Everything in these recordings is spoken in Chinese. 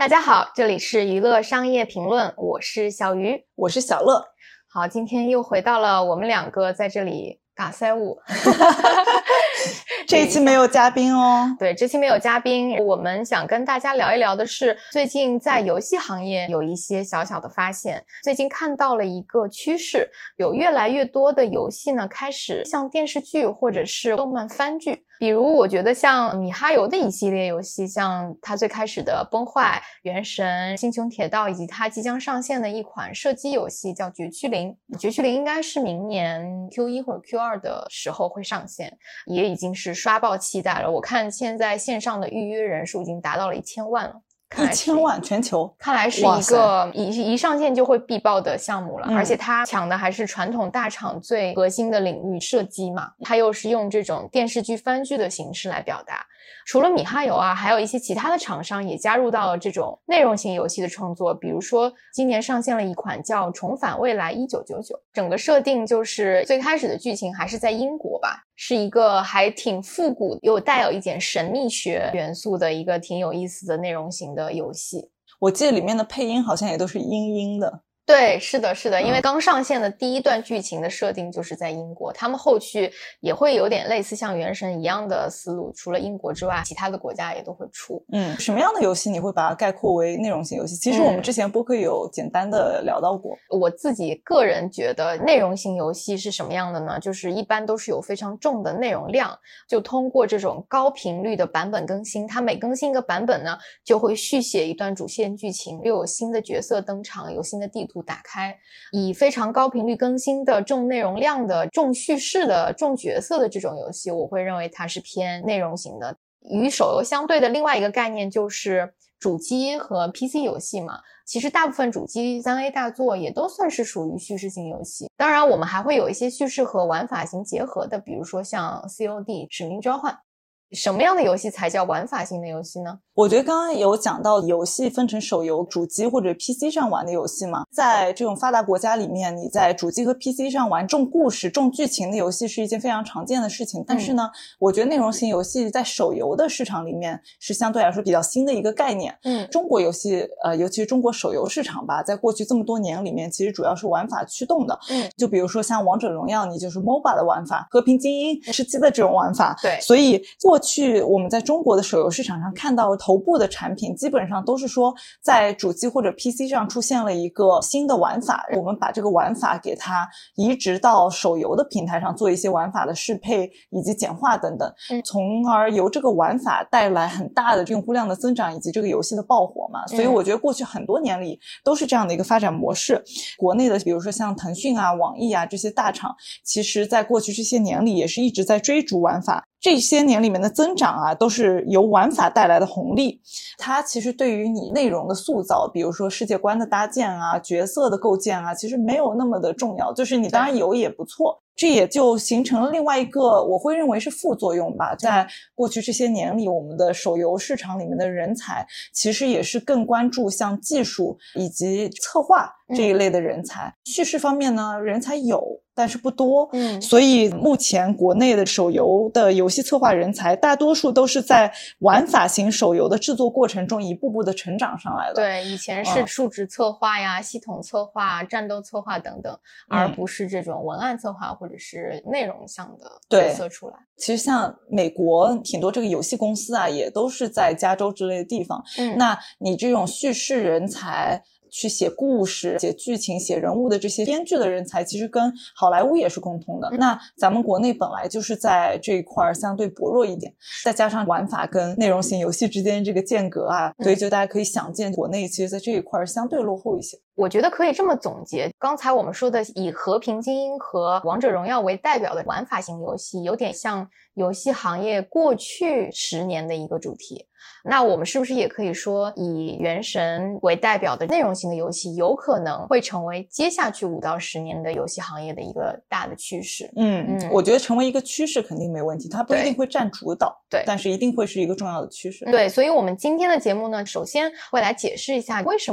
大家好，这里是娱乐商业评论，我是小鱼， 我是小乐。 好，今天又回到了我们两个在这里尬塞舞这一期没有嘉宾哦。 对，这期没有嘉宾，我们想跟大家聊一聊的是最近在游戏行业有一些小小的发现。最近看到了一个趋势，有越来越多的游戏呢开始像电视剧或者是动漫番剧，比如我觉得像米哈游的一系列游戏，像它最开始的崩坏、原神、星穹铁道，以及它即将上线的一款射击游戏叫绝区零。绝区零应该是明年 Q1 或者 Q2 的时候会上线，也已经是刷爆期待了。我看现在线上的预约人数已经达到了1000万了。 1000万全球， 看来是一个一上线就会必爆的项目了。而且它抢的还是传统大厂最核心的领域射击嘛，它又是用这种电视剧番剧的形式来表达。除了米哈游啊，还有一些其他的厂商也加入到了这种内容型游戏的创作，比如说今年上线了一款叫重返未来1999，整个设定就是最开始的剧情还是在英国吧，是一个还挺复古又带有一点神秘学元素的一个挺有意思的内容型的游戏。 我记得里面的配音好像也都是英音的。 对，是的，是的，因为刚上线的第一段剧情的设定就是在英国，他们后续也会有点类似像原神一样的思路，除了英国之外，其他的国家也都会出。 什么样的游戏你会把它概括为内容型游戏？其实我们之前播客有简单的聊到过。 我自己个人觉得内容型游戏是什么样的呢？就是一般都是有非常重的内容量，就通过这种高频率的版本更新，它每更新一个版本呢，就会续写一段主线剧情，又有新的角色登场，有新的地图打开，以非常高频率更新的重内容量的重叙事的重角色的这种游戏，我会认为它是偏内容型的。与手游相对的另外一个概念就是主机和 PC 游戏嘛，其实大部分主机 3A 大作也都算是属于叙事型游戏，当然我们还会有一些叙事和玩法型结合的，比如说像 COD 使命召唤。什么样的游戏才叫玩法型的游戏呢？ 我觉得刚刚有讲到游戏分成手游、主机或者 PC 上玩的游戏嘛，在这种发达国家里面，你在主机和 PC 上玩重故事、重剧情的游戏是一件非常常见的事情。但是呢，我觉得内容型游戏在手游的市场里面是相对来说比较新的一个概念。中国游戏尤其是中国手游市场吧，在过去这么多年里面，其实主要是玩法驱动的。就比如说像王者荣耀，你就是 MOBA 的玩法，和平精英、吃鸡的这种玩法。 对， 所以过去我们在中国的手游市场上看到头部的产品基本上都是说在主机或者 PC 上出现了一个新的玩法，我们把这个玩法给它移植到手游的平台上，做一些玩法的适配以及简化等等，从而由这个玩法带来很大的用户量的增长以及这个游戏的爆火嘛。所以我觉得过去很多年里都是这样的一个发展模式。国内的比如说像腾讯啊、网易啊这些大厂，其实在过去这些年里也是一直在追逐玩法，这些年里面的增长啊，都是由玩法带来的红利。它其实对于你内容的塑造，比如说世界观的搭建啊、角色的构建啊，其实没有那么的重要，就是你当然有也不错。这也就形成了另外一个我会认为是副作用吧。在过去这些年里，我们的手游市场里面的人才其实也是更关注像技术以及策划这一类的人才。叙事方面呢，人才有但是不多。所以目前国内的手游的游戏策划人才大多数都是在玩法型手游的制作过程中一步步的成长上来的。 对，以前是数值策划呀、系统策划、战斗策划等等，而不是这种文案策划或者是内容向的角色出来。 其实像美国挺多这个游戏公司啊，也都是在加州之类的地方。那你这种叙事人才去写故事、写剧情、写人物的这些编剧的人才，其实跟好莱坞也是共通的。那咱们国内本来就是在这一块相对薄弱一点，再加上玩法跟内容型游戏之间这个间隔啊，所以就大家可以想见，国内其实在这一块相对落后一些。 我觉得可以这么总结，刚才我们说的以和平精英和王者荣耀为代表的玩法型游戏，有点像游戏行业过去10年的一个主题。那我们是不是也可以说，以原神为代表的内容型的游戏，有可能会成为接下去5到10年的游戏行业的一个大的趋势？ 我觉得成为一个趋势肯定没问题，它不一定会占主导，对，但是一定会是一个重要的趋势。 对，所以我们今天的节目呢，首先会来解释一下为什么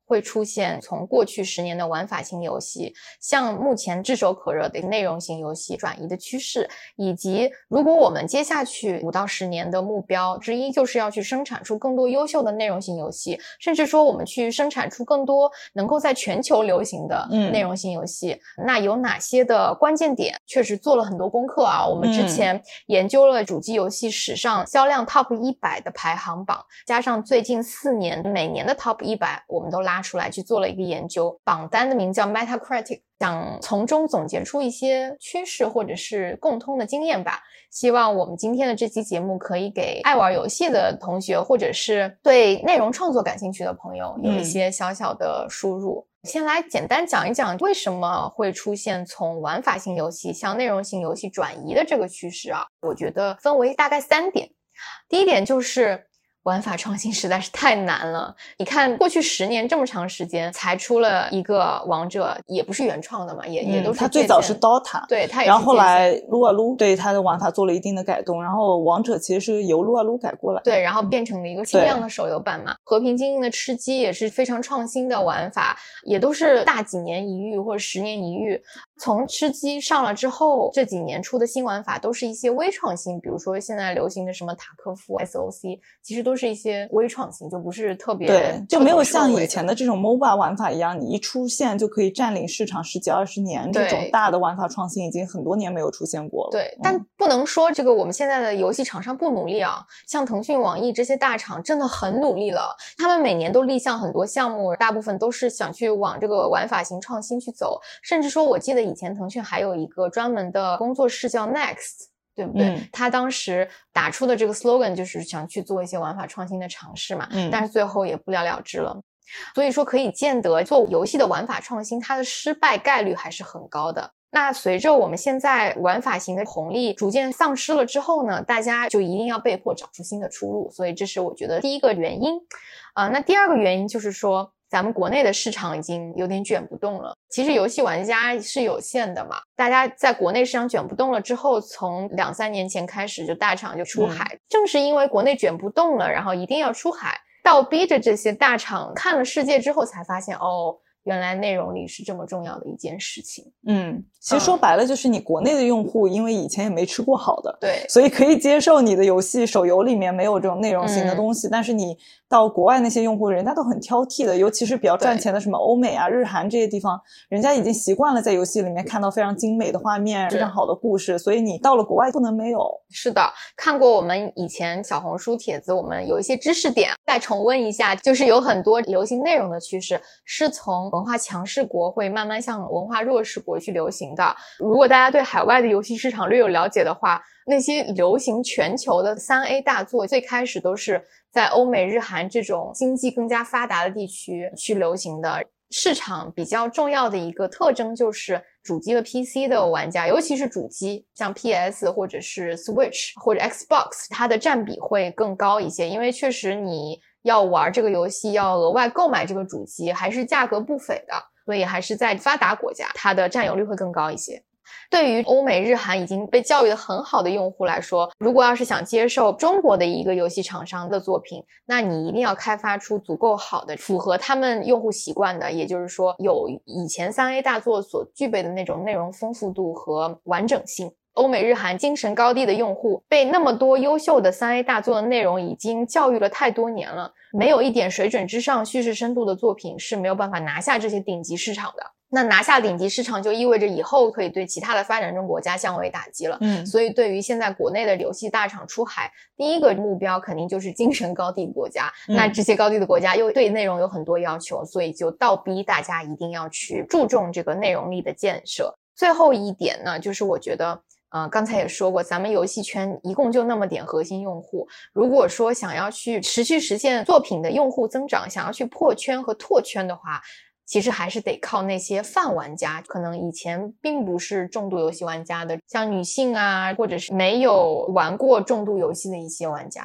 会出现从过去10年的玩法型游戏向目前炙手可热的内容型游戏转移的趋势，以及如果我们接下去5到10年的目标之一就是要去生产出更多优秀的内容型游戏，甚至说我们去生产出更多能够在全球流行的内容型游戏，那有哪些的关键点？确实做了很多功课啊，我们之前研究了主机游戏史上销量 Top 100的排行榜，加上最近4年每年的 Top 100，我们都拉出来去做了一个研究，榜单的名叫 Metacritic， 想从中总结出一些趋势或者是共通的经验吧。希望我们今天的这期节目可以给爱玩游戏的同学或者是对内容创作感兴趣的朋友有一些小小的输入。先来简单讲一讲为什么会出现从玩法型游戏向内容型游戏转移的这个趋势啊。我觉得分为大概3点。第一点就是玩法创新实在是太难了，你看过去10年这么长时间才出了一个王者，也不是原创的嘛，也都是它最早是 DOTA， 对，它也是， 然后后来撸啊撸对它的玩法做了一定的改动，然后王者其实是由撸啊撸改过来， 对，然后变成了一个轻量的手游版嘛。和平精英的吃鸡也是非常创新的玩法，也都是大几年一遇或者10年一遇。从吃鸡上了之后，这几年出的新玩法都是一些微创新，比如说现在流行的什么塔科夫 SOC， 其实都是一些微创新，就不是特别， 对，就没有像以前的这种 MOBA 玩法一样，你一出现就可以占领市场10几20年，这种大的玩法创新已经很多年没有出现过了。 对，但不能说这个我们现在的游戏厂商不努力啊，像腾讯、网易这些大厂真的很努力了，他们每年都立项很多项目，大部分都是想去往这个玩法型创新去走，甚至说我记得以前腾讯还有一个专门的工作室叫 Next， 对不对？他当时打出的这个 slogan 就是想去做一些玩法创新的尝试嘛，但是最后也不了了之了。所以说可以见得做游戏的玩法创新，它的失败概率还是很高的。那随着我们现在玩法型的红利逐渐丧失了之后呢，大家就一定要被迫找出新的出路，所以这是我觉得第一个原因。那第二个原因就是说咱们国内的市场已经有点卷不动了。其实游戏玩家是有限的嘛，大家在国内市场卷不动了之后，从2-3年前开始就大厂就出海，正是因为国内卷不动了，然后一定要出海，倒逼着这些大厂看了世界之后才发现，哦，原来内容力是这么重要的一件事情。 其实说白了就是你国内的用户因为以前也没吃过好的， 对， 所以可以接受你的游戏手游里面没有这种内容型的东西，但是你到国外那些用户人家都很挑剔的，尤其是比较赚钱的什么欧美啊日韩这些地方，人家已经习惯了在游戏里面看到非常精美的画面，非常好的故事，所以你到了国外不能没有。 是的，看过我们以前小红书帖子，我们有一些知识点再重温一下，就是有很多流行内容的趋势是从文化强势国会慢慢向文化弱势国去流行的。如果大家对海外的游戏市场略有了解的话，那些流行全球的3A 大作最开始都是在欧美日韩这种经济更加发达的地区去流行的。市场比较重要的一个特征就是主机和 PC 的玩家，尤其是主机，像 PS 或者是 Switch 或者 Xbox， 它的占比会更高一些，因为确实你要玩这个游戏要额外购买这个主机，还是价格不菲的，所以还是在发达国家它的占有率会更高一些。对于欧美日韩已经被教育得很好的用户来说，如果要是想接受中国的一个游戏厂商的作品，那你一定要开发出足够好的符合他们用户习惯的，也就是说有以前3A 大作所具备的那种内容丰富度和完整性。欧美日韩精神高地的用户被那么多优秀的3A 大作的内容已经教育了太多年了，没有一点水准之上叙事深度的作品是没有办法拿下这些顶级市场的。那拿下顶级市场就意味着以后可以对其他的发展中国家降维打击了。所以对于现在国内的游戏大厂出海，第一个目标肯定就是精神高地国家。那这些高地的国家又对内容有很多要求，所以就倒逼大家一定要去注重这个内容力的建设。最后一点呢，就是我觉得刚才也说过，咱们游戏圈一共就那么点核心用户，如果说想要去持续实现作品的用户增长，想要去破圈和拓圈的话，其实还是得靠那些泛玩家，可能以前并不是重度游戏玩家的，像女性啊，或者是没有玩过重度游戏的一些玩家。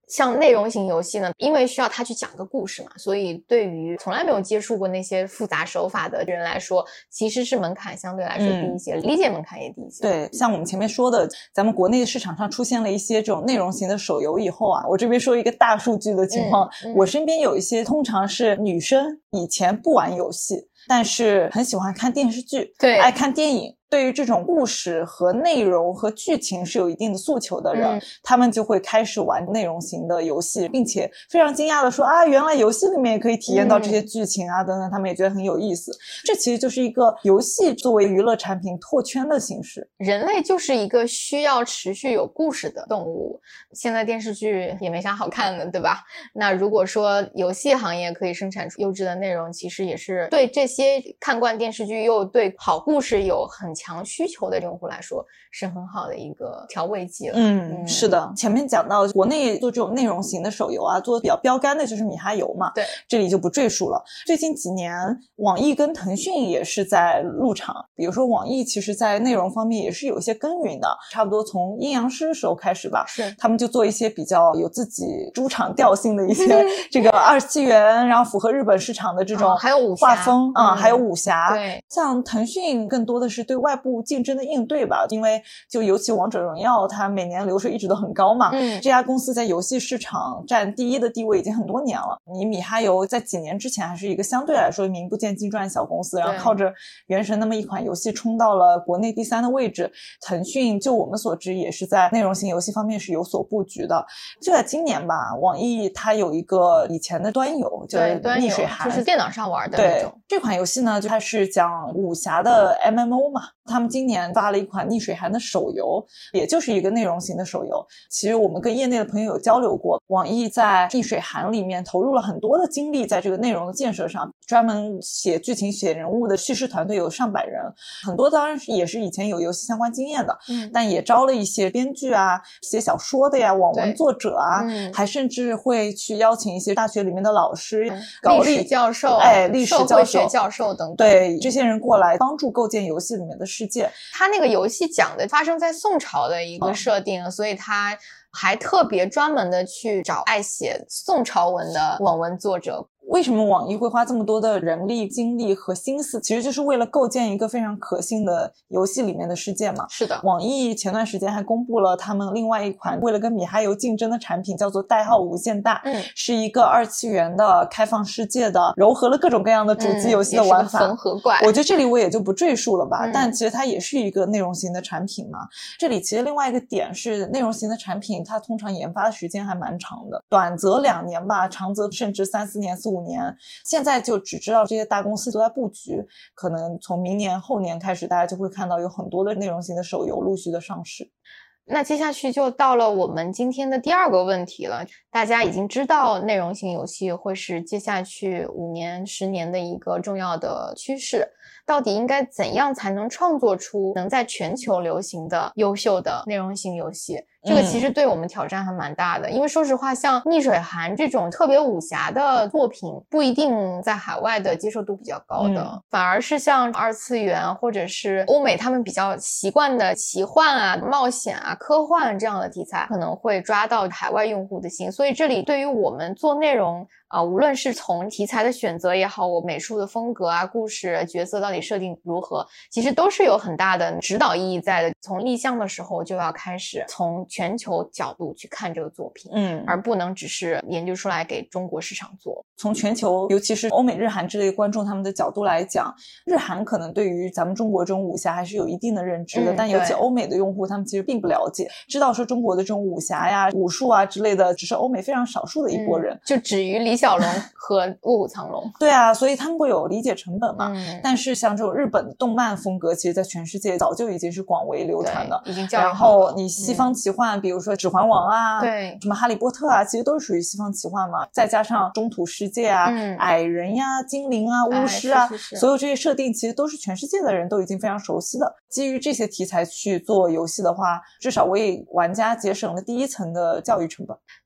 像内容型游戏呢，因为需要他去讲个故事嘛，所以对于从来没有接触过那些复杂手法的人来说，其实是门槛相对来说低一些，理解门槛也低一些。 对，像我们前面说的，咱们国内市场上出现了一些这种内容型的手游以后啊，我这边说一个大数据的情况，我身边有一些通常是女生，以前不玩游戏，但是很喜欢看电视剧， 对， 爱看电影，对于这种故事和内容和剧情是有一定的诉求的人，他们就会开始玩内容型的游戏，并且非常惊讶的说啊，原来游戏里面也可以体验到这些剧情啊等等，他们也觉得很有意思。这其实就是一个游戏作为娱乐产品拓圈的形式。 人类就是一个需要持续有故事的动物，现在电视剧也没啥好看的，对吧？那如果说游戏行业可以生产出优质的内容，其实也是对这些看惯电视剧又对好故事有很强需求的用户来说是很好的一个调味剂了。 是的，前面讲到国内做这种内容型的手游啊，做的比较标杆的就是米哈游嘛， 对， 这里就不赘述了。最近几年网易跟腾讯也是在入场，比如说网易其实在内容方面也是有一些耕耘的，差不多从阴阳师时候开始吧， 是他们就做一些比较有自己主场调性的一些这个二次元，然后符合日本市场的这种还有武侠画风还有武侠。 对， 像腾讯更多的是对外部竞争的应对吧，因为就尤其王者荣耀它每年流水一直都很高嘛，这家公司在游戏市场占第一的地位已经很多年了。你米哈游在几年之前还是一个相对来说名不见经传的小公司，然后靠着原神那么一款游戏冲到了国内第3的位置。腾讯就我们所知也是在内容型游戏方面是有所布局的。就在今年吧，网易它有一个以前的端游就是逆水寒， 就是电脑上玩的那种。 对，这款游戏呢它是讲武侠的 MMO 嘛，他们今年发了一款逆水寒的手游，也就是一个内容型的手游。其实我们跟业内的朋友有交流过，网易在逆水寒里面投入了很多的精力在这个内容的建设上，专门写剧情写人物的叙事团队有上百人，很多当然也是以前有游戏相关经验的，但也招了一些编剧啊，写小说的呀，网文作者啊，还甚至会去邀请一些大学里面的老师，搞历史教授， 历史社会学教授等等， 对，这些人过来帮助构建游戏里面的世界。 他那个游戏讲的发生在宋朝的一个设定，所以他还特别专门的去找爱写宋朝文的网文作者。 为什么网易会花这么多的人力精力和心思，其实就是为了构建一个非常可信的游戏里面的世界嘛。 是的， 网易前段时间还公布了他们另外一款为了跟米哈游竞争的产品，叫做代号无限大，是一个二次元的开放世界的，糅合了各种各样的主机游戏的玩法， 缝合怪。 我觉得这里我也就不赘述了吧，但其实它也是一个内容型的产品嘛。这里其实另外一个点是，内容型的产品它通常研发的时间还蛮长的，短则2年吧，长则甚至3、4年、4、5年。现在就只知道这些大公司都在布局，可能从明年后年开始，大家就会看到有很多的内容型的手游陆续的上市。 那接下去就到了我们今天的第2个问题了。大家已经知道内容型游戏会是接下去5年、10年的一个重要的趋势，到底应该怎样才能创作出能在全球流行的优秀的内容型游戏？这个其实对我们挑战还蛮大的，因为说实话，像逆水寒这种特别武侠的作品，不一定在海外的接受度比较高的，反而是像二次元或者是欧美他们比较习惯的奇幻啊、冒险啊、科幻这样的题材，可能会抓到海外用户的心。所以这里对于我们做内容无论是从题材的选择也好，我美术的风格啊、故事、角色到底设定如何，其实都是有很大的指导意义在的。从立项的时候就要开始从全球角度去看这个作品，而不能只是研究出来给中国市场做。 从全球，尤其是欧美日韩之类的观众他们的角度来讲，日韩可能对于咱们中国这种武侠还是有一定的认知的，但尤其欧美的用户他们其实并不了解，知道说中国的这种武侠呀、武术啊之类的只是欧美非常少数的一波人， 就止于李小龙和卧虎藏龙。 对啊，所以他们会有理解成本嘛。但是像这种日本的动漫风格，其实在全世界早就已经是广为流传的， 已经教育好了。 然后你西方奇幻，比如说指环王啊， 对， 什么哈利波特啊，其实都是属于西方奇幻嘛。再加上中土世界啊，矮人呀、精灵啊、巫师啊，所有这些设定其实都是全世界的人都已经非常熟悉的。基于这些题材去做游戏的话，至少为玩家节省了第一层的教育成本。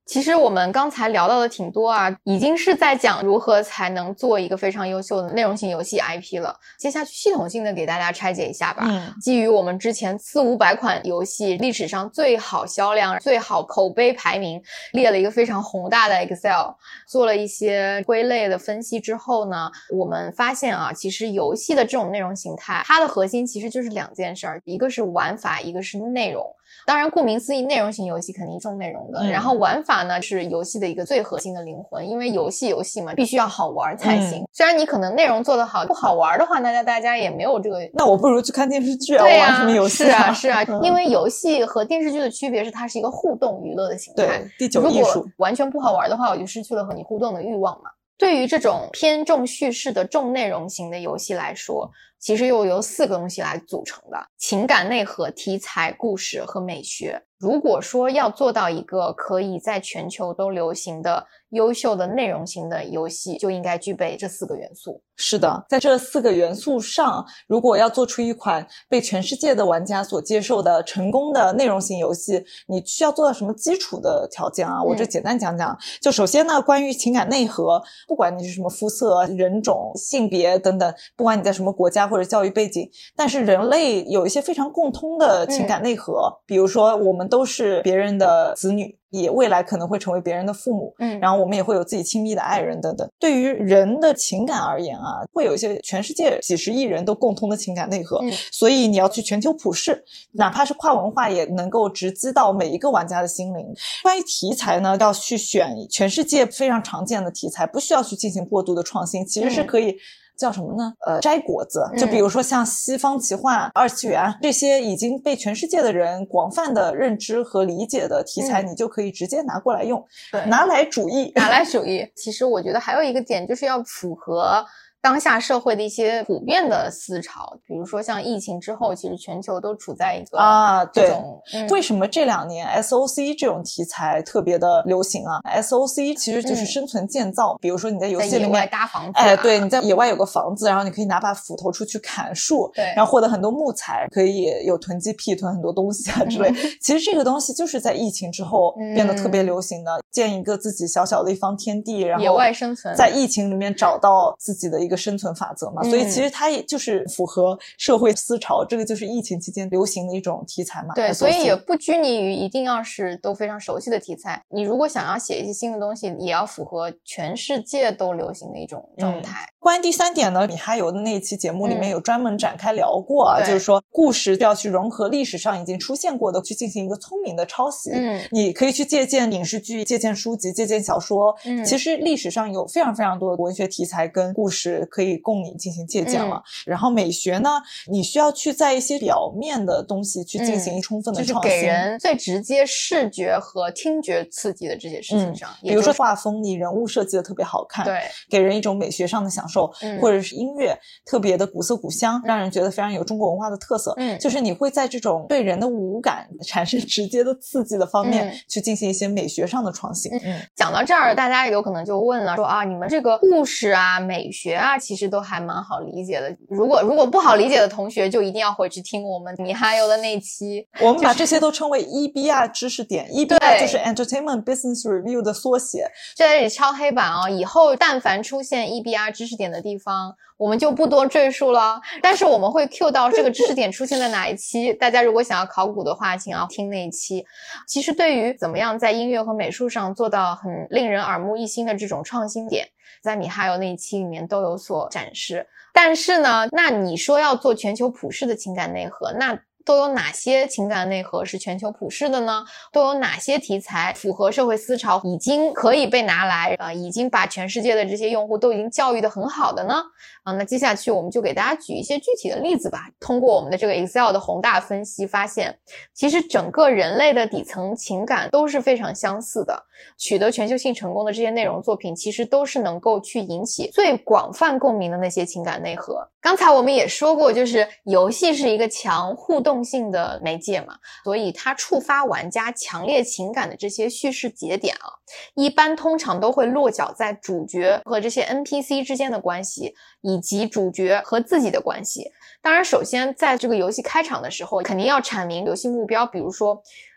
其实我们刚才聊到的挺多啊，已经是在讲如何才能做一个非常优秀的内容型游戏 IP 了。接下去系统性的给大家拆解一下吧。基于我们之前400-500款游戏历史上最好销量、最好口碑排名，列了一个非常宏大的 Excel， 做了一些归类的分析之后呢，我们发现啊，其实游戏的这种内容形态，它的核心其实就是2件事儿，一个是玩法，一个是内容。当然顾名思义，内容型游戏肯定重内容的，然后玩法呢是游戏的一个最核心的灵魂，因为游戏嘛必须要好玩才行。虽然你可能内容做得好，不好玩的话，那大家也没有这个， 那我不如去看电视剧对啊， 玩什么游戏是啊，因为游戏和电视剧的区别是它是一个互动娱乐的形态， 对，第9艺术。 如果完全不好玩的话，我就失去了和你互动的欲望嘛。对于这种偏重叙事的重内容型的游戏来说，其实又由4个东西来组成的：情感内核、题材、故事和美学。如果说要做到一个可以在全球都流行的优秀的内容型的游戏，就应该具备这4个元素。 是的，在这4个元素上，如果要做出一款被全世界的玩家所接受的成功的内容型游戏，你需要做到什么基础的条件啊？我就简单讲讲。就首先呢，关于情感内核，不管你是什么肤色、人种、性别等等，不管你在什么国家或者教育背景，但是人类有一些非常共通的情感内核，比如说我们都是别人的子女，也未来可能会成为别人的父母，然后我们也会有自己亲密的爱人等等。对于人的情感而言啊，会有一些全世界几十亿人都共通的情感内核，所以你要去全球普世，哪怕是跨文化也能够直击到每一个玩家的心灵。关于题材呢，要去选全世界非常常见的题材，不需要去进行过度的创新，其实是可以叫什么呢？摘果子，就比如说像西方奇幻、二次元这些已经被全世界的人广泛的认知和理解的题材，你就可以直接拿过来用。拿来主义。 其实我觉得还有一个点就是要符合当下社会的一些普遍的思潮，比如说像疫情之后，其实全球都处在一个这种为什么这2年 SOC 这种题材特别的流行啊？ SOC 其实就是生存建造，比如说你在游戏里面在野外搭房子对，你在野外有个房子，然后你可以拿把斧头出去砍树， 对， 然后获得很多木材，可以有囤积癖，囤很多东西啊之类。其实这个东西就是在疫情之后变得特别流行的，建一个自己小小的一方天地，然后野外生存， 在疫情里面找到自己的一个生存法则嘛，所以其实它也就是符合社会思潮，这个就是疫情期间流行的一种题材嘛。 对，所以也不拘泥于一定要是都非常熟悉的题材，你如果想要写一些新的东西，也要符合全世界都流行的一种状态。 关于第3点呢，米哈游的那一期节目里面有专门展开聊过啊，就是说故事要去融合历史上已经出现过的，去进行一个聪明的抄袭。你可以去借鉴影视剧、借鉴书籍、借鉴小说，其实历史上有非常非常多的文学题材跟故事可以供你进行借鉴了。然后美学呢，你需要去在一些表面的东西去进行充分的创新， 就是给人最直接视觉和听觉刺激的这些事情上， 比如说画风，你人物设计的特别好看， 对， 给人一种美学上的享受，或者是音乐特别的古色古香，让人觉得非常有中国文化的特色，就是你会在这种对人的五感产生直接的刺激的方面去进行一些美学上的创新。 讲到这儿，大家有可能就问了，说啊，你们这个故事啊、美学啊，其实都还蛮好理解的。如果不好理解的同学，就一定要回去听我们米哈游的那期。 我们把这些都称为 EBR 知识点，EBR 就是 Entertainment Business Review 的缩写。 就在这里敲黑板啊，以后但凡出现 EBR 知识点的地方，我们就不多赘述了。但是我们会 cue 到这个知识点出现在哪一期，大家如果想要考古的话，请要听那一期。其实对于怎么样在音乐和美术上做到很令人耳目一新的这种创新点，在米哈游那一期里面都有所展示。但是呢，那你说要做全球普世的情感内核，那都有哪些情感内核是全球普世的呢？都有哪些题材符合社会思潮，已经可以被拿来已经把全世界的这些用户都已经教育得很好的呢？那接下去我们就给大家举一些具体的例子吧。通过我们的这个 Excel 的宏大分析发现，其实整个人类的底层情感都是非常相似的，取得全球性成功的这些内容作品其实都是能够去引起最广泛共鸣的那些情感内核。刚才我们也说过，就是游戏是一个强互动性的媒介嘛，所以它触发玩家强烈情感的这些叙事节点一般通常都会落脚在主角和这些 NPC 之间的关系，以及主角和自己的关系。当然首先在这个游戏开场的时候肯定要阐明游戏目标，比如说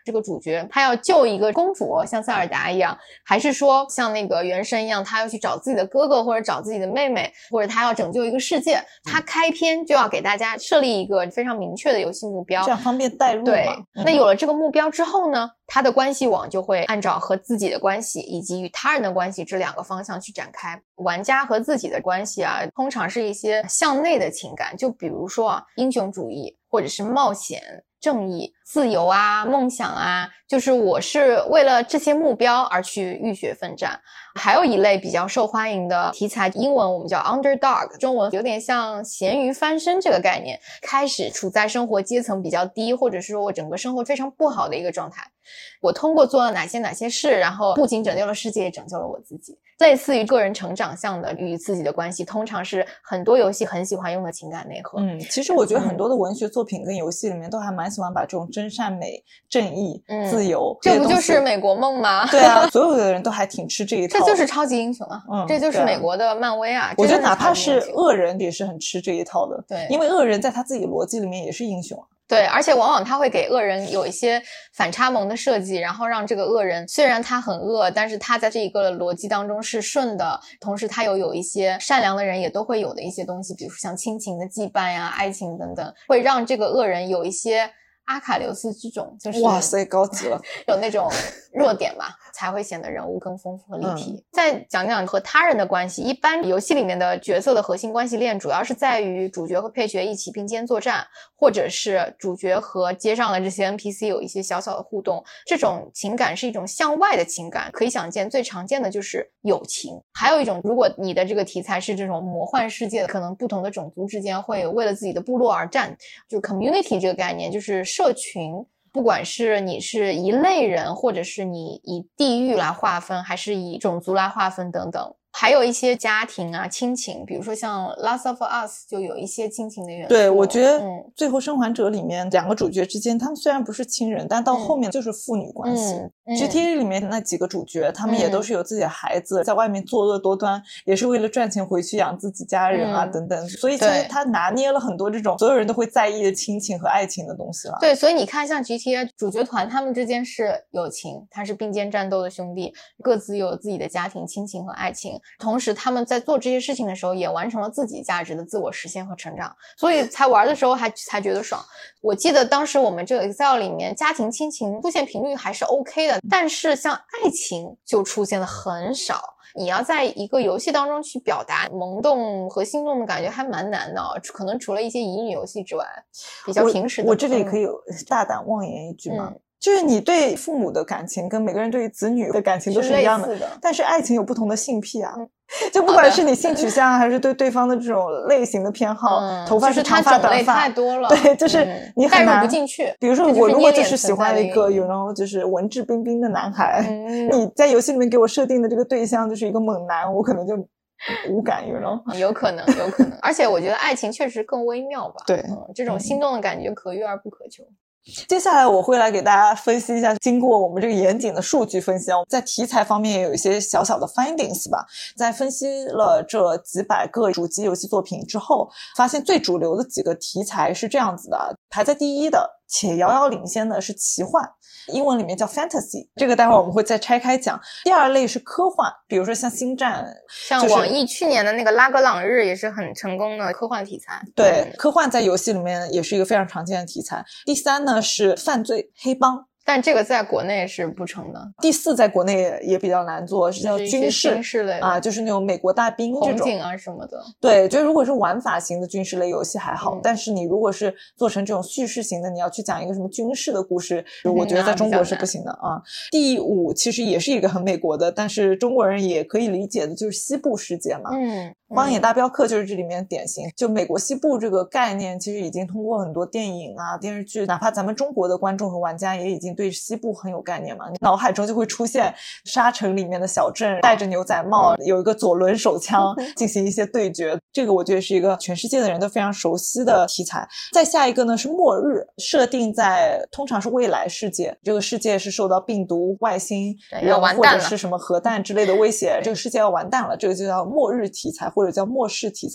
这个主角他要救一个公主，像塞尔达一样，还是说像那个原神一样，他要去找自己的哥哥或者找自己的妹妹，或者他要拯救一个世界，他开篇就要给大家设立一个非常明确的游戏目标， 这样方便带入嘛。 对，那有了这个目标之后呢，他的关系网就会按照和自己的关系以及与他人的关系这两个方向去展开。玩家和自己的关系啊，通常是一些向内的情感，就比如说啊，英雄主义或者是冒险、正义、自由啊、梦想啊，就是我是为了这些目标而去浴血奋战。还有一类比较受欢迎的题材，英文我们叫 underdog， 中文有点像咸鱼翻身这个概念，开始处在生活阶层比较低，或者是说我整个生活非常不好的一个状态，我通过做了哪些事，然后不仅拯救了世界，也拯救了我自己。类似于个人成长向的与自己的关系，通常是很多游戏很喜欢用的情感内核。 其实我觉得很多的文学作品跟游戏里面都还蛮喜欢把这种真善美、正义、自由， 这不就是美国梦吗？ 对啊，所有的人都还挺吃这一套。 这就是超级英雄啊，这就是美国的漫威啊。 我觉得哪怕是恶人也是很吃这一套的， 对， 因为恶人在他自己逻辑里面也是英雄啊。 对，而且往往他会给恶人有一些反差萌的设计，然后让这个恶人虽然他很恶，但是他在这一个逻辑当中是顺的，同时他有一些善良的人也都会有的一些东西，比如说像亲情的羁绊呀、爱情等等，会让这个恶人有一些阿卡琉斯之种，就是哇塞，高级了， 有那种弱点嘛，才会显得人物更丰富和立体。再讲讲和他人的关系，一般游戏里面的角色的核心关系链主要是在于主角和配角一起并肩作战，或者是主角和街上的这些 NPC 有一些小小的互动，这种情感是一种向外的情感，可以想见最常见的就是友情。还有一种，如果你的这个题材是这种魔幻世界，可能不同的种族之间会为了自己的部落而战，就 community 这个概念，就是社群，不管是你是一类人，或者是你以地域来划分，还是以种族来划分等等。还有一些家庭啊、亲情，比如说像 Last of Us 就有一些亲情的元素。 对，我觉得最后生还者里面两个主角之间，他们虽然不是亲人，但到后面就是父女关系。GTA 里面那几个主角，他们也都是有自己的孩子，在外面作恶多端，也是为了赚钱回去养自己家人啊等等。所以其实他拿捏了很多这种所有人都会在意的亲情和爱情的东西了。 对，所以你看像 GTA 主角团他们之间是友情，他是并肩战斗的兄弟，各自有自己的家庭、亲情和爱情，同时他们在做这些事情的时候也完成了自己价值的自我实现和成长，所以才玩的时候才觉得爽。我记得当时我们这个 Excel 里面家庭亲情出现频率还是 OK 的，但是像爱情就出现的很少。你要在一个游戏当中去表达萌动和心动的感觉还蛮难的，可能除了一些乙女游戏之外，比较平时的。 我这里可以大胆妄言一句吗？就是你对父母的感情跟每个人对于子女的感情都是一样的，但是爱情有不同的性癖啊。就不管是你性取向还是对对方的这种类型的偏好，头发是长发短发， 太多了， 对，就是你很难带入不进去。 比如说我如果就是喜欢一个就是文质彬彬的男孩，你在游戏里面给我设定的这个对象就是一个猛男，我可能就无感有可能而且我觉得爱情确实更微妙吧。 对， 这种心动的感觉可遇而不可求。 接下来我会来给大家分析一下，经过我们这个严谨的数据分析，在题材方面也有一些小小的 findings 吧。在分析了这几百个主机游戏作品之后，发现最主流的几个题材是这样子的，排在第一的且遥遥领先的是奇幻，英文里面叫 fantasy， 这个待会儿我们会再拆开讲。第二类是科幻，比如说像星战， 像网易去年的那个拉格朗日也是很成功的科幻题材。 对，科幻在游戏里面也是一个非常常见的题材。第三呢是犯罪黑帮， 但这个在国内是不成的。 第四在国内也比较难做，是叫军事类啊，就是那种美国大兵这种红警啊什么的。 对，就如果是玩法型的军事类游戏还好，但是你如果是做成这种叙事型的，你要去讲一个什么军事的故事，我觉得在中国是不行的啊。第五其实也是一个很美国的，但是中国人也可以理解的，就是西部世界嘛。荒野大镖客就是这里面典型，就美国西部这个概念其实已经通过很多电影啊电视剧，哪怕咱们中国的观众和玩家也已经对西部很有概念嘛，脑海中就会出现沙城里面的小镇，戴着牛仔帽，有一个左轮手枪进行一些对决，这个我觉得是一个全世界的人都非常熟悉的题材。再下一个呢是末日，设定在通常是未来世界，这个世界是受到病毒、外星人或者是什么核弹之类的威胁，这个世界要完蛋了，这个就叫末日题材或者叫末世题材。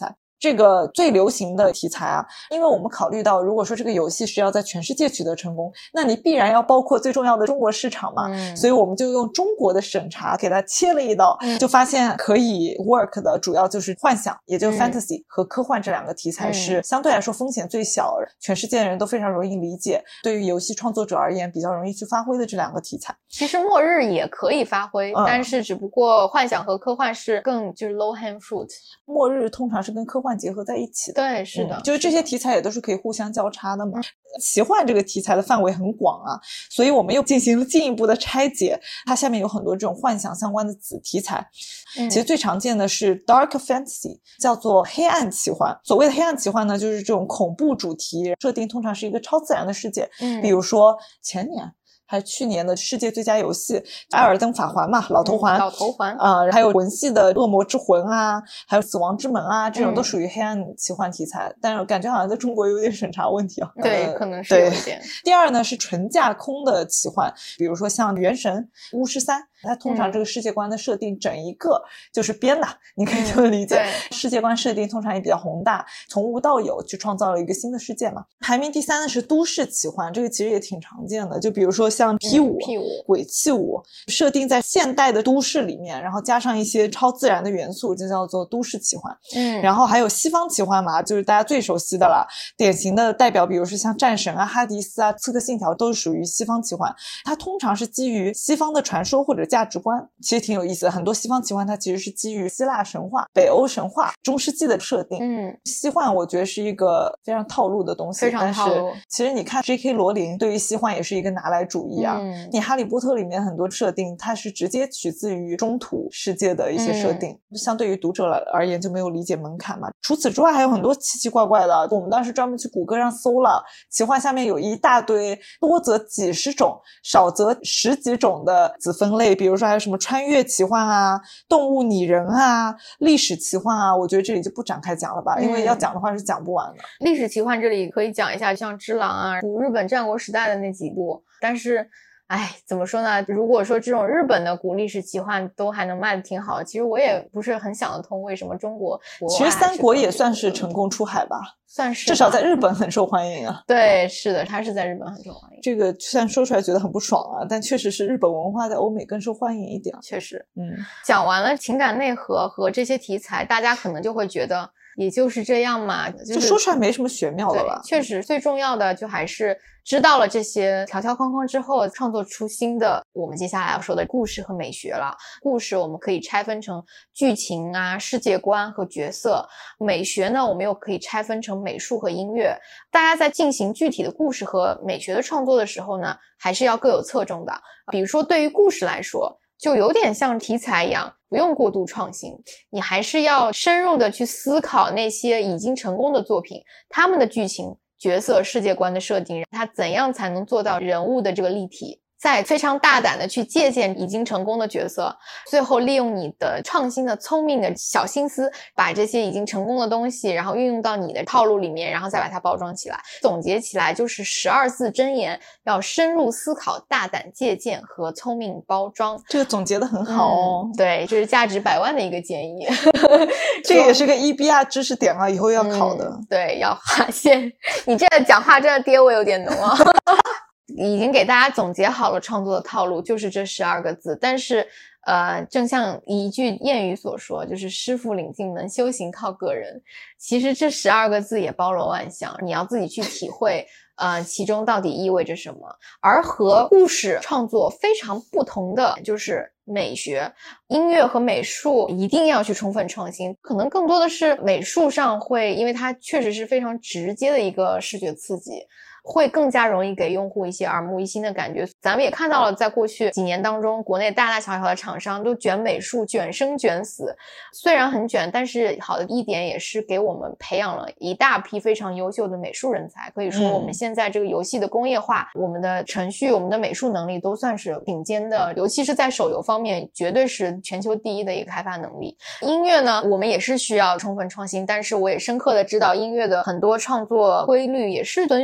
这个最流行的题材啊，因为我们考虑到如果说这个游戏是要在全世界取得成功，那你必然要包括最重要的中国市场嘛，所以我们就用中国的审查给它切了一刀，就发现可以 work 的主要就是幻想，也就是 fantasy 和科幻这两个题材是相对来说风险最小，全世界的人都非常容易理解，对于游戏创作者而言比较容易去发挥的这两个题材。 其实末日也可以发挥，但是只不过幻想和科幻是更就是 low hang fruit， 末日通常是跟科幻结合在一起的。 对，是的， 就是这些题材也都是可以互相交叉的嘛。奇幻这个题材的范围很广啊，所以我们又进行了进一步的拆解，它下面有很多这种幻想相关的子题材。其实最常见的是 dark fantasy， 叫做黑暗奇幻。所谓的黑暗奇幻呢，就是这种恐怖主题设定，通常是一个超自然的世界。比如说前年还是去年的世界最佳游戏《艾尔登法环》嘛，老头环，还有魂系的恶魔之魂啊，还有死亡之门啊，这种都属于黑暗奇幻题材，但是感觉好像在中国有点审查问题啊。 对，可能是有一点。 第二呢是纯架空的奇幻，比如说像原神、巫师3，它通常这个世界观的设定整一个就是编的，你可以这么理解。世界观设定通常也比较宏大，从无到有去创造了一个新的世界嘛。排名第3的是都市奇幻，这个其实也挺常见的，就比如说像 P5、鬼泣5，设定在现代的都市里面，然后加上一些超自然的元素，就叫做都市奇幻。然后还有西方奇幻嘛，就是大家最熟悉的了，典型的代表比如说像战神啊、哈迪斯啊、刺客信条都是属于西方奇幻，它通常是基于西方的传说或者价值观，其实挺有意思的。很多西方奇幻它其实是基于希腊神话、北欧神话、中世纪的设定。西幻我觉得是一个非常套路的东西， 非常套路。 但是其实你看 J.K. 罗琳对于西幻也是一个拿来主义啊。你哈利波特里面很多设定它是直接取自于中土世界的一些设定，相对于读者而言就没有理解门槛嘛。除此之外还有很多奇奇怪怪的，我们当时专门去谷歌上搜了，奇幻下面有一大堆多则几十种少则十几种的子分类，比如说还有什么穿越奇幻啊、动物拟人啊、历史奇幻啊，我觉得这里就不展开讲了吧，因为要讲的话是讲不完的。 历史奇幻这里可以讲一下像只狼啊、古日本战国时代的那几部，但是怎么说呢，如果说这种日本的古历史奇幻都还能卖的挺好，其实我也不是很想得通为什么中国其实三国也算是成功出海吧， 算是至少在日本很受欢迎啊。 对，是的，它是在日本很受欢迎。 这个虽然说出来觉得很不爽啊，但确实是日本文化在欧美更受欢迎一点。 确实。讲完了情感内核和这些题材，大家可能就会觉得也就是这样嘛，就说出来没什么玄妙的吧。 确实最重要的就还是知道了这些条条框框之后，创作出新的我们接下来要说的故事和美学了。故事我们可以拆分成剧情啊、世界观和角色，美学呢我们又可以拆分成美术和音乐。大家在进行具体的故事和美学的创作的时候呢，还是要各有侧重的。比如说对于故事来说，就有点像题材一样，不用过度创新，你还是要深入的去思考那些已经成功的作品，他们的剧情、角色、世界观的设定，它怎样才能做到人物的这个立体，再非常大胆的去借鉴已经成功的角色，最后利用你的创新的聪明的小心思，把这些已经成功的东西然后运用到你的套路里面，然后再把它包装起来。总结起来就是12字真言，要深入思考、大胆借鉴和聪明包装。 这个总结的很好哦。 对，这是价值100万的一个建议。 这个也是个 EBR 知识点啊，以后要考的。 对，要划线。你这讲话真的爹味有点浓啊。已经给大家总结好了创作的套路，就是这12个字。但是正像一句谚语所说，就是师傅领进门，修行靠个人。其实这12个字也包罗万象，你要自己去体会其中到底意味着什么。而和故事创作非常不同的就是美学，音乐和美术一定要去充分创新，可能更多的是美术上会，因为它确实是非常直接的一个视觉刺激，会更加容易给用户一些耳目一新的感觉。咱们也看到了，在过去几年当中，国内大大小小的厂商都卷美术，卷生卷死。虽然很卷，但是好的一点也是给我们培养了一大批非常优秀的美术人才。可以说我们现在这个游戏的工业化，我们的程序、我们的美术能力都算是顶尖的，尤其是在手游方面，绝对是全球第一的一个开发能力。音乐呢，我们也是需要充分创新，但是我也深刻的知道音乐的很多创作规律也是遵循之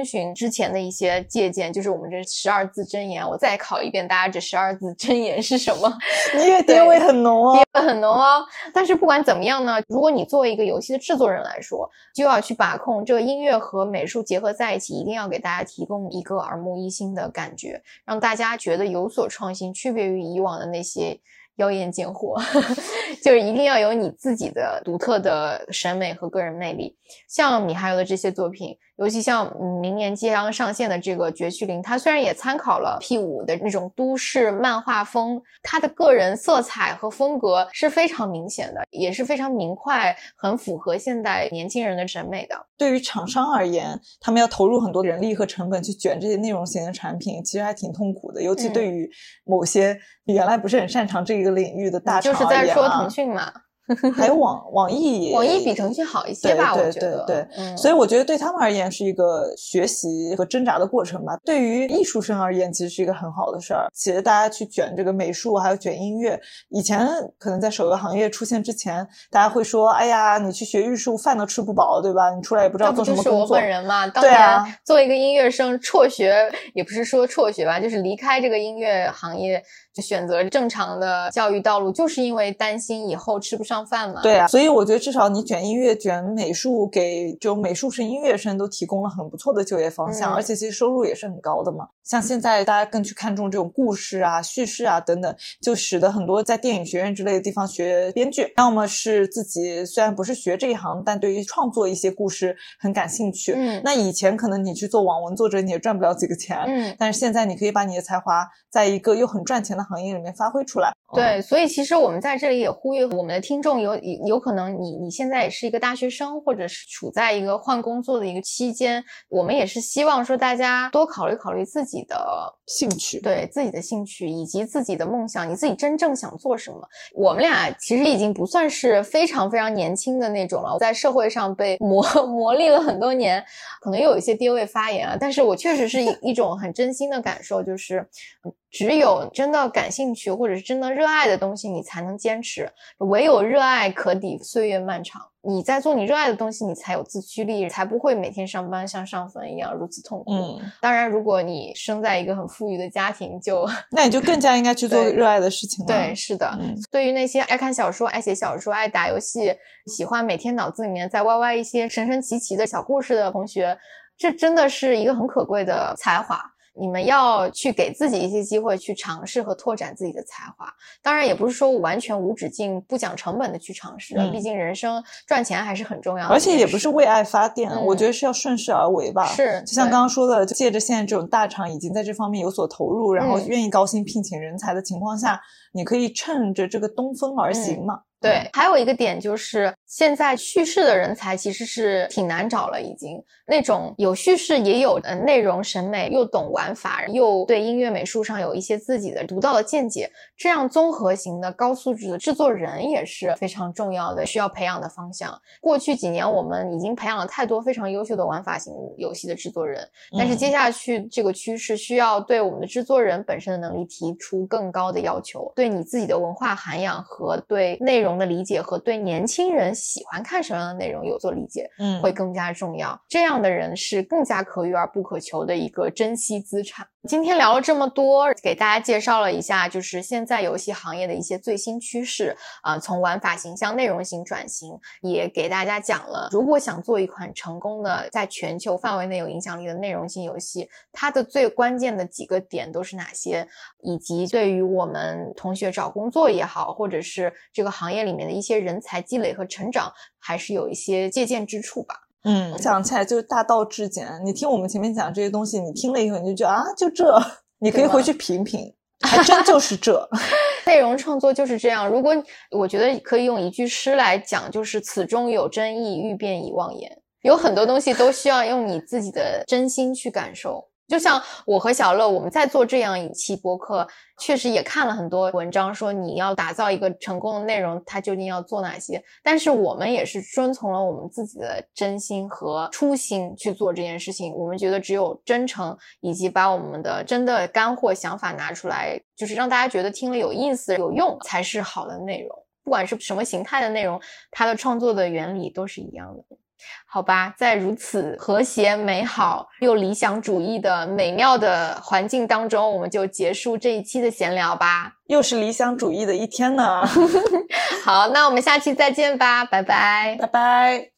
之前的一些借鉴，就是我们这12字真言，我再考一遍大家这12字真言是什么。 你也爹味很浓哦， 爹味很浓哦。但是不管怎么样呢，如果你作为一个游戏的制作人来说，就要去把控这个音乐和美术结合在一起，一定要给大家提供一个耳目一新的感觉，让大家觉得有所创新，区别于以往的那些妖艳贱货就是一定要有你自己的独特的审美和个人魅力。像米哈游的这些作品，尤其像明年即将上线的这个绝区零，它虽然也参考了 P5 的那种都市漫画风，它的个人色彩和风格是非常明显的，也是非常明快，很符合现代年轻人的审美的。 对于厂商而言，他们要投入很多人力和成本去卷这些内容型的产品，其实还挺痛苦的，尤其对于某些原来不是很擅长这个领域的大厂而言就是在说腾讯嘛。 还有网易网易比腾讯好一些吧， 对我觉得。 对，所以我觉得对他们而言是一个学习和挣扎的过程吧。对于艺术生而言，其实是一个很好的事儿。其实大家去卷这个美术还有卷音乐，以前可能在手游行业出现之前，大家会说，哎呀，你去学艺术饭都吃不饱，对吧？你出来也不知道做什么工作。 这不就是我本人嘛，当年作为一个音乐生辍学，也不是说辍学吧，就是离开这个音乐行业，就选择正常的教育道路，就是因为担心以后吃不上饭嘛。 对啊，所以我觉得至少你卷音乐卷美术，给这种美术生音乐生都提供了很不错的就业方向，而且其实收入也是很高的嘛。像现在大家更去看重这种故事啊叙事啊等等，就使得很多在电影学院之类的地方学编剧，要么是自己虽然不是学这一行，但对于创作一些故事很感兴趣。那以前可能你去做网文作者你也赚不了几个钱，但是现在你可以把你的才华在一个又很赚钱的行业里面发挥出来。 对，所以其实我们在这里也呼吁我们的听众，有可能你现在也是一个大学生，或者是处在一个换工作的一个期间，我们也是希望说大家多考虑考虑自己的兴趣， 对自己的兴趣以及自己的梦想，你自己真正想做什么。我们俩其实已经不算是非常非常年轻的那种了，在社会上被磨砺了很多年，可能又有一些爹味发言啊，但是我确实是一种很真心的感受，就是只有真的感兴趣或者是真的热爱的东西你才能坚持，唯有热爱可抵岁月漫长，你在做你热爱的东西你才有自驱力，才不会每天上班像上坟一样如此痛苦。当然如果你生在一个很富裕的家庭， 那你就更加应该去做热爱的事情了。 对，是的。对于那些爱看小说爱写小说爱打游戏，喜欢每天脑子里面在歪一些神神奇奇的小故事的同学，这真的是一个很可贵的才华，你们要去给自己一些机会去尝试和拓展自己的才华。当然也不是说完全无止境不讲成本的去尝试，毕竟人生赚钱还是很重要的， 而且也不是为爱发电，我觉得是要顺势而为吧。 是， 就像刚刚说的，借着现在这种大厂已经在这方面有所投入，然后愿意高薪聘请人才的情况下，你可以趁着这个东风而行嘛。 对，还有一个点就是现在叙事的人才其实是挺难找了，已经那种有叙事也有内容审美，又懂玩法，又对音乐美术上有一些自己的独到的见解，这样综合型的高素质的制作人也是非常重要的需要培养的方向。过去几年我们已经培养了太多非常优秀的玩法型游戏的制作人，但是接下去这个趋势需要对我们的制作人本身的能力提出更高的要求，对你自己的文化涵养和对内容的理解和对年轻人喜欢看什么样的内容有所理解，会更加重要。这样的人是更加可遇而不可求的一个珍稀资产。今天聊了这么多，给大家介绍了一下就是现在游戏行业的一些最新趋势从玩法型向内容型转型，也给大家讲了如果想做一款成功的在全球范围内有影响力的内容型游戏，它的最关键的几个点都是哪些，以及对于我们同学找工作也好，或者是这个行业里面的一些人才积累和成长，还是有一些借鉴之处吧。 讲起来就是大道至简，你听我们前面讲这些东西，你听了以后你就觉得就这，你可以回去品品，还真就是这。 内容创作就是这样，如果我觉得可以用一句诗来讲，就是此中有真意，欲辨已忘言。有很多东西都需要用你自己的真心去感受。就像我和小乐我们在做这样一期播客，确实也看了很多文章说你要打造一个成功的内容它究竟要做哪些，但是我们也是遵从了我们自己的真心和初心去做这件事情。我们觉得只有真诚以及把我们的真的干货想法拿出来，就是让大家觉得听了有意思有用，才是好的内容。 不管是什么形态的内容，它的创作的原理都是一样的。好吧，在如此和谐美好又理想主义的美妙的环境当中，我们就结束这一期的闲聊吧。 又是理想主义的一天呢。 好，那我们下期再见吧，拜拜。 拜拜。